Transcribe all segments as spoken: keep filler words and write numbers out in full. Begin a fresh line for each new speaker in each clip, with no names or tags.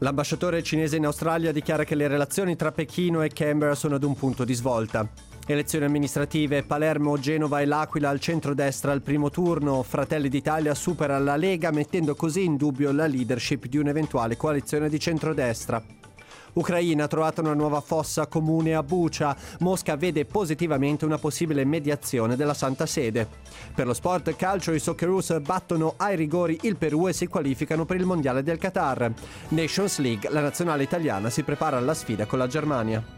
L'ambasciatore cinese in Australia dichiara che le relazioni tra Pechino e Canberra sono ad un punto di svolta. Elezioni amministrative, Palermo, Genova e L'Aquila al centrodestra al primo turno. Fratelli d'Italia supera la Lega mettendo così in dubbio la leadership di un'eventuale coalizione di centrodestra. Ucraina ha trovato una nuova fossa comune a Bucha. Mosca vede positivamente una possibile mediazione della Santa Sede. Per lo sport calcio i Socceroos battono ai rigori il Perù e si qualificano per il Mondiale del Qatar. Nations League, la nazionale italiana si prepara alla sfida con la Germania.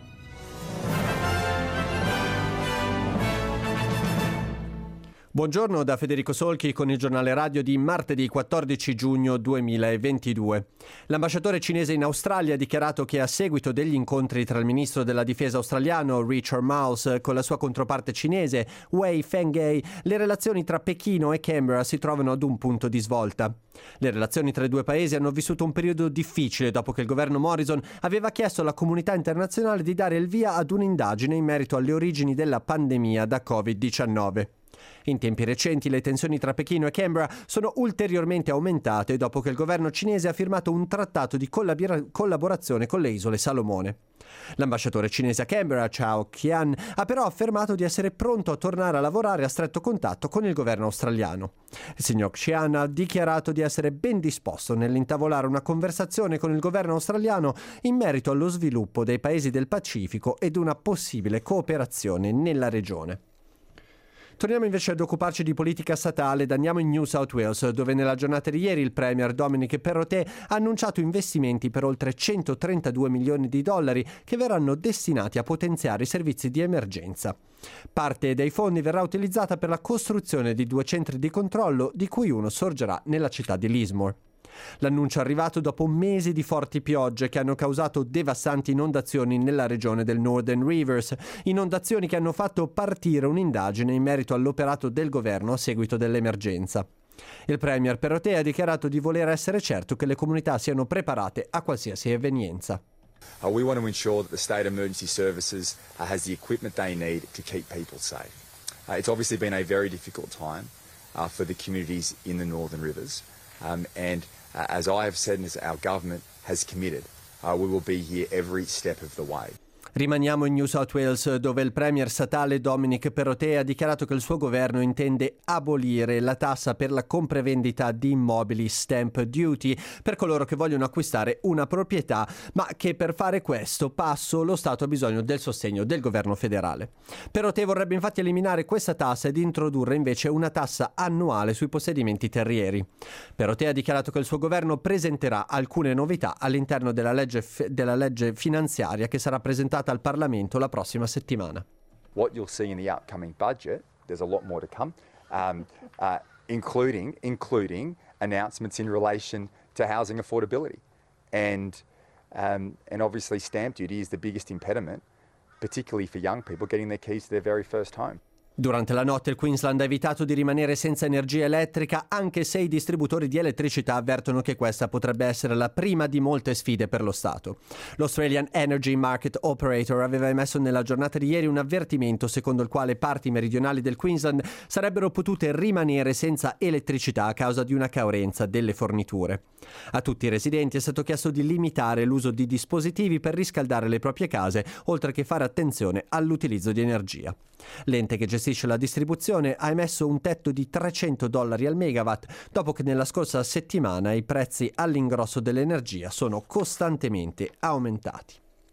Buongiorno da Federico Solchi con il giornale radio di martedì quattordici giugno duemilaventidue. L'ambasciatore cinese in Australia ha dichiarato che a seguito degli incontri tra il ministro della difesa australiano Richard Marles con la sua controparte cinese Wei Fenghe, le relazioni tra Pechino e Canberra si trovano ad un punto di svolta. Le relazioni tra i due paesi hanno vissuto un periodo difficile dopo che il governo Morrison aveva chiesto alla comunità internazionale di dare il via ad un'indagine in merito alle origini della pandemia da covid diciannove. In tempi recenti le tensioni tra Pechino e Canberra sono ulteriormente aumentate dopo che il governo cinese ha firmato un trattato di collabora- collaborazione con le isole Salomone. L'ambasciatore cinese a Canberra, Chao Qian, ha però affermato di essere pronto a tornare a lavorare a stretto contatto con il governo australiano. Il signor Qian ha dichiarato di essere ben disposto nell'intavolare una conversazione con il governo australiano in merito allo sviluppo dei paesi del Pacifico ed una possibile cooperazione nella regione. Torniamo invece ad occuparci di politica statale ed andiamo in New South Wales, dove nella giornata di ieri il premier Dominic Perrottet ha annunciato investimenti per oltre centotrentadue milioni di dollari che verranno destinati a potenziare i servizi di emergenza. Parte dei fondi verrà utilizzata per la costruzione di due centri di controllo, di cui uno sorgerà nella città di Lismore. L'annuncio è arrivato dopo mesi di forti piogge che hanno causato devastanti inondazioni nella regione del Northern Rivers, inondazioni che hanno fatto partire un'indagine in merito all'operato del governo a seguito dell'emergenza. Il premier Perrottet ha dichiarato di voler essere certo che le comunità siano preparate a qualsiasi evenienza.
Uh, we want to ensure that the State Emergency Services uh, has the equipment they need to keep people safe. Uh, it's obviously been a very difficult time uh, for the communities in the Northern Rivers, um, and Uh, as I have said and as our government has committed, uh, we will be here every step of the way.
Rimaniamo in New South Wales, dove il premier statale Dominic Perrottet ha dichiarato che il suo governo intende abolire la tassa per la compravendita di immobili stamp duty per coloro che vogliono acquistare una proprietà, ma che per fare questo passo lo Stato ha bisogno del sostegno del governo federale. Perrottet vorrebbe infatti eliminare questa tassa ed introdurre invece una tassa annuale sui possedimenti terrieri. Perrottet ha dichiarato che il suo governo presenterà alcune novità all'interno della legge, della legge finanziaria che sarà presentata al Parlamento la prossima settimana.
What you'll see in the upcoming budget, there's a lot more to come, um, uh, including including announcements in relation to housing affordability, and um, and obviously stamp duty is the biggest impediment, particularly for young people getting their keys to their very first home.
Durante la notte il Queensland ha evitato di rimanere senza energia elettrica, anche se i distributori di elettricità avvertono che questa potrebbe essere la prima di molte sfide per lo Stato. L'Australian Energy Market Operator aveva emesso nella giornata di ieri un avvertimento secondo il quale parti meridionali del Queensland sarebbero potute rimanere senza elettricità a causa di una carenza delle forniture. A tutti i residenti è stato chiesto di limitare l'uso di dispositivi per riscaldare le proprie case, oltre che fare attenzione all'utilizzo di energia. L'ente che gestisce la distribuzione ha emesso un tetto di trecento dollari al megawatt, dopo che nella scorsa settimana i prezzi all'ingrosso dell'energia sono costantemente aumentati.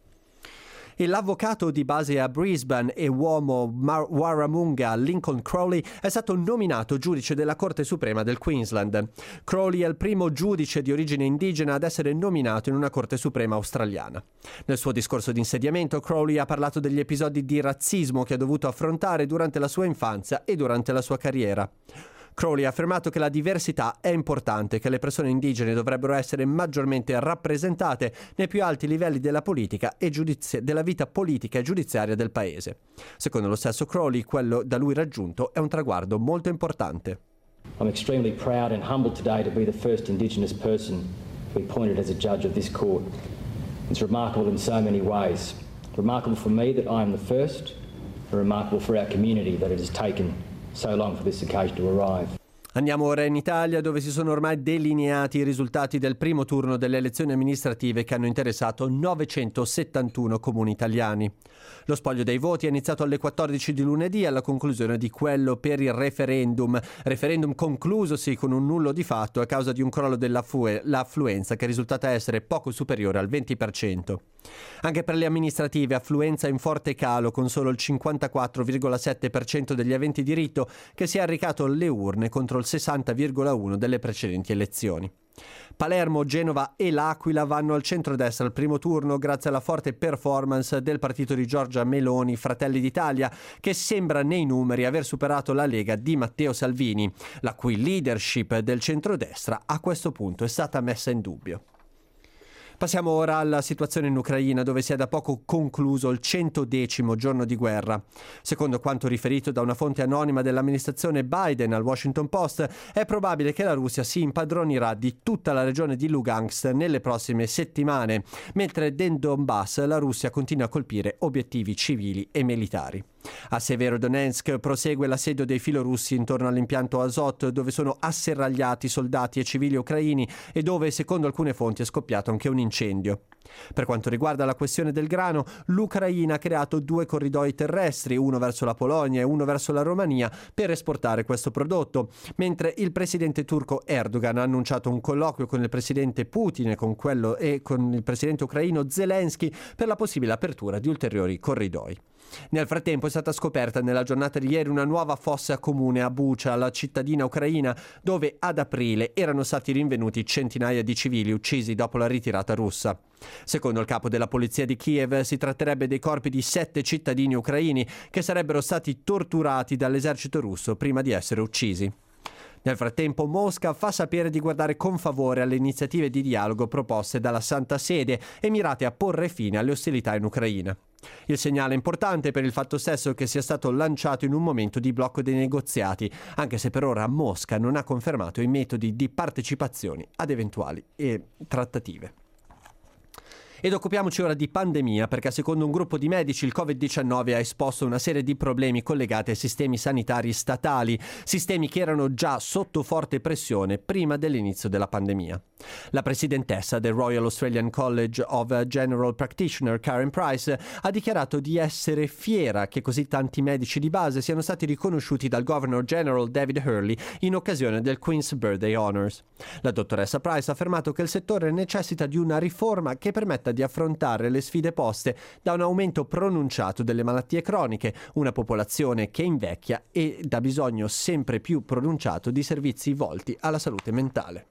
E l'avvocato di base a Brisbane e uomo Mar- Warramunga Lincoln Crowley è stato nominato giudice della Corte Suprema del Queensland. Crowley è il primo giudice di origine indigena ad essere nominato in una Corte Suprema australiana. Nel suo discorso di insediamento, Crowley ha parlato degli episodi di razzismo che ha dovuto affrontare durante la sua infanzia e durante la sua carriera. Crowley ha affermato che la diversità è importante, che le persone indigene dovrebbero essere maggiormente rappresentate nei più alti livelli della politica e giudizi- della vita politica e giudiziaria del paese. Secondo lo stesso Crowley, quello da lui raggiunto è un traguardo molto importante.
I'm extremely proud and humbled today to be the first Indigenous person to be appointed as a judge of this court. It's remarkable in so many ways. Remarkable for me that I am the first, and remarkable for our community that it has taken so long for this occasion to arrive.
Andiamo ora in Italia, dove si sono ormai delineati i risultati del primo turno delle elezioni amministrative che hanno interessato novecentosettantuno comuni italiani. Lo spoglio dei voti è iniziato alle quattordici di lunedì alla conclusione di quello per il referendum, referendum conclusosi con un nullo di fatto a causa di un crollo dell'affluenza che è risultata essere poco superiore al venti per cento. Anche per le amministrative affluenza in forte calo, con solo il cinquantaquattro virgola sette per cento degli aventi diritto che si è recato alle urne contro il sessanta virgola uno per cento delle precedenti elezioni. Palermo, Genova e L'Aquila vanno al centrodestra al primo turno grazie alla forte performance del partito di Giorgia Meloni, Fratelli d'Italia, che sembra nei numeri aver superato la Lega di Matteo Salvini, la cui leadership del centrodestra a questo punto è stata messa in dubbio. Passiamo ora alla situazione in Ucraina, dove si è da poco concluso il centodecimo giorno di guerra. Secondo quanto riferito da una fonte anonima dell'amministrazione Biden al Washington Post, è probabile che la Russia si impadronirà di tutta la regione di Lugansk nelle prossime settimane, mentre nel Donbass la Russia continua a colpire obiettivi civili e militari. A Severodonetsk prosegue l'assedio dei filorussi intorno all'impianto Azot, dove sono asserragliati soldati e civili ucraini e dove, secondo alcune fonti, è scoppiato anche un incendio. Per quanto riguarda la questione del grano, l'Ucraina ha creato due corridoi terrestri, uno verso la Polonia e uno verso la Romania, per esportare questo prodotto, mentre il presidente turco Erdogan ha annunciato un colloquio con il presidente Putin e con, quello, e con il presidente ucraino Zelensky per la possibile apertura di ulteriori corridoi. Nel frattempo è stata scoperta nella giornata di ieri una nuova fossa comune a Bucha, la cittadina ucraina, dove ad aprile erano stati rinvenuti centinaia di civili uccisi dopo la ritirata russa. Secondo il capo della polizia di Kiev, si tratterebbe dei corpi di sette cittadini ucraini che sarebbero stati torturati dall'esercito russo prima di essere uccisi. Nel frattempo Mosca fa sapere di guardare con favore alle iniziative di dialogo proposte dalla Santa Sede e mirate a porre fine alle ostilità in Ucraina. Il segnale è importante per il fatto stesso che sia stato lanciato in un momento di blocco dei negoziati, anche se per ora Mosca non ha confermato i metodi di partecipazione ad eventuali eh, trattative. Ed occupiamoci ora di pandemia, perché secondo un gruppo di medici il covid diciannove ha esposto una serie di problemi collegati ai sistemi sanitari statali, sistemi che erano già sotto forte pressione prima dell'inizio della pandemia. La presidentessa del Royal Australian College of General Practitioner, Karen Price, ha dichiarato di essere fiera che così tanti medici di base siano stati riconosciuti dal Governor General David Hurley in occasione del Queen's Birthday Honours. La dottoressa Price ha affermato che il settore necessita di una riforma che permetta di affrontare le sfide poste da un aumento pronunciato delle malattie croniche, una popolazione che invecchia e da bisogno sempre più pronunciato di servizi volti alla salute mentale.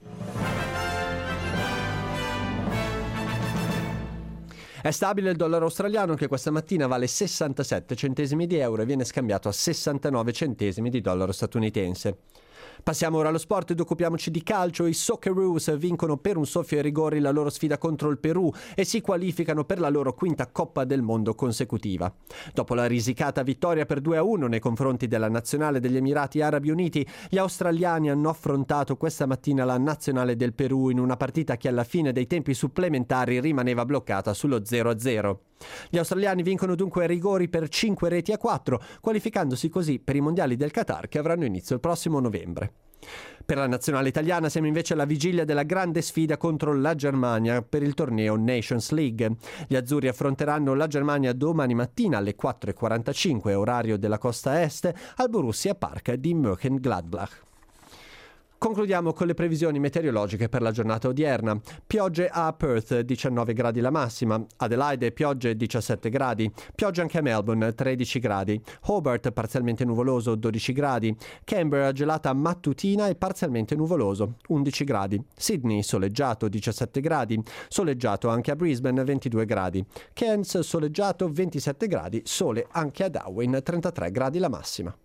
È stabile il dollaro australiano, che questa mattina vale sessantasette centesimi di euro e viene scambiato a sessantanove centesimi di dollaro statunitense. Passiamo ora allo sport ed occupiamoci di calcio. I Socceroos vincono per un soffio ai rigori la loro sfida contro il Perù e si qualificano per la loro quinta Coppa del Mondo consecutiva. Dopo la risicata vittoria per due a uno nei confronti della nazionale degli Emirati Arabi Uniti, gli australiani hanno affrontato questa mattina la nazionale del Perù in una partita che alla fine dei tempi supplementari rimaneva bloccata sullo zero a zero. Gli australiani vincono dunque ai rigori per cinque reti a quattro, qualificandosi così per i mondiali del Qatar che avranno inizio il prossimo novembre. Per la nazionale italiana siamo invece alla vigilia della grande sfida contro la Germania per il torneo Nations League. Gli azzurri affronteranno la Germania domani mattina alle quattro e quarantacinque, orario della costa est, al Borussia Park di Mönchengladbach. Concludiamo con le previsioni meteorologiche per la giornata odierna. Piogge a Perth, diciannove gradi la massima. Adelaide, piogge, diciassette gradi. Piogge anche a Melbourne, tredici gradi. Hobart, parzialmente nuvoloso, dodici gradi. Canberra, gelata mattutina e parzialmente nuvoloso, undici gradi. Sydney, soleggiato, diciassette gradi. Soleggiato anche a Brisbane, ventidue gradi. Cairns, soleggiato, ventisette gradi. Sole anche a Darwin, trentatré gradi la massima.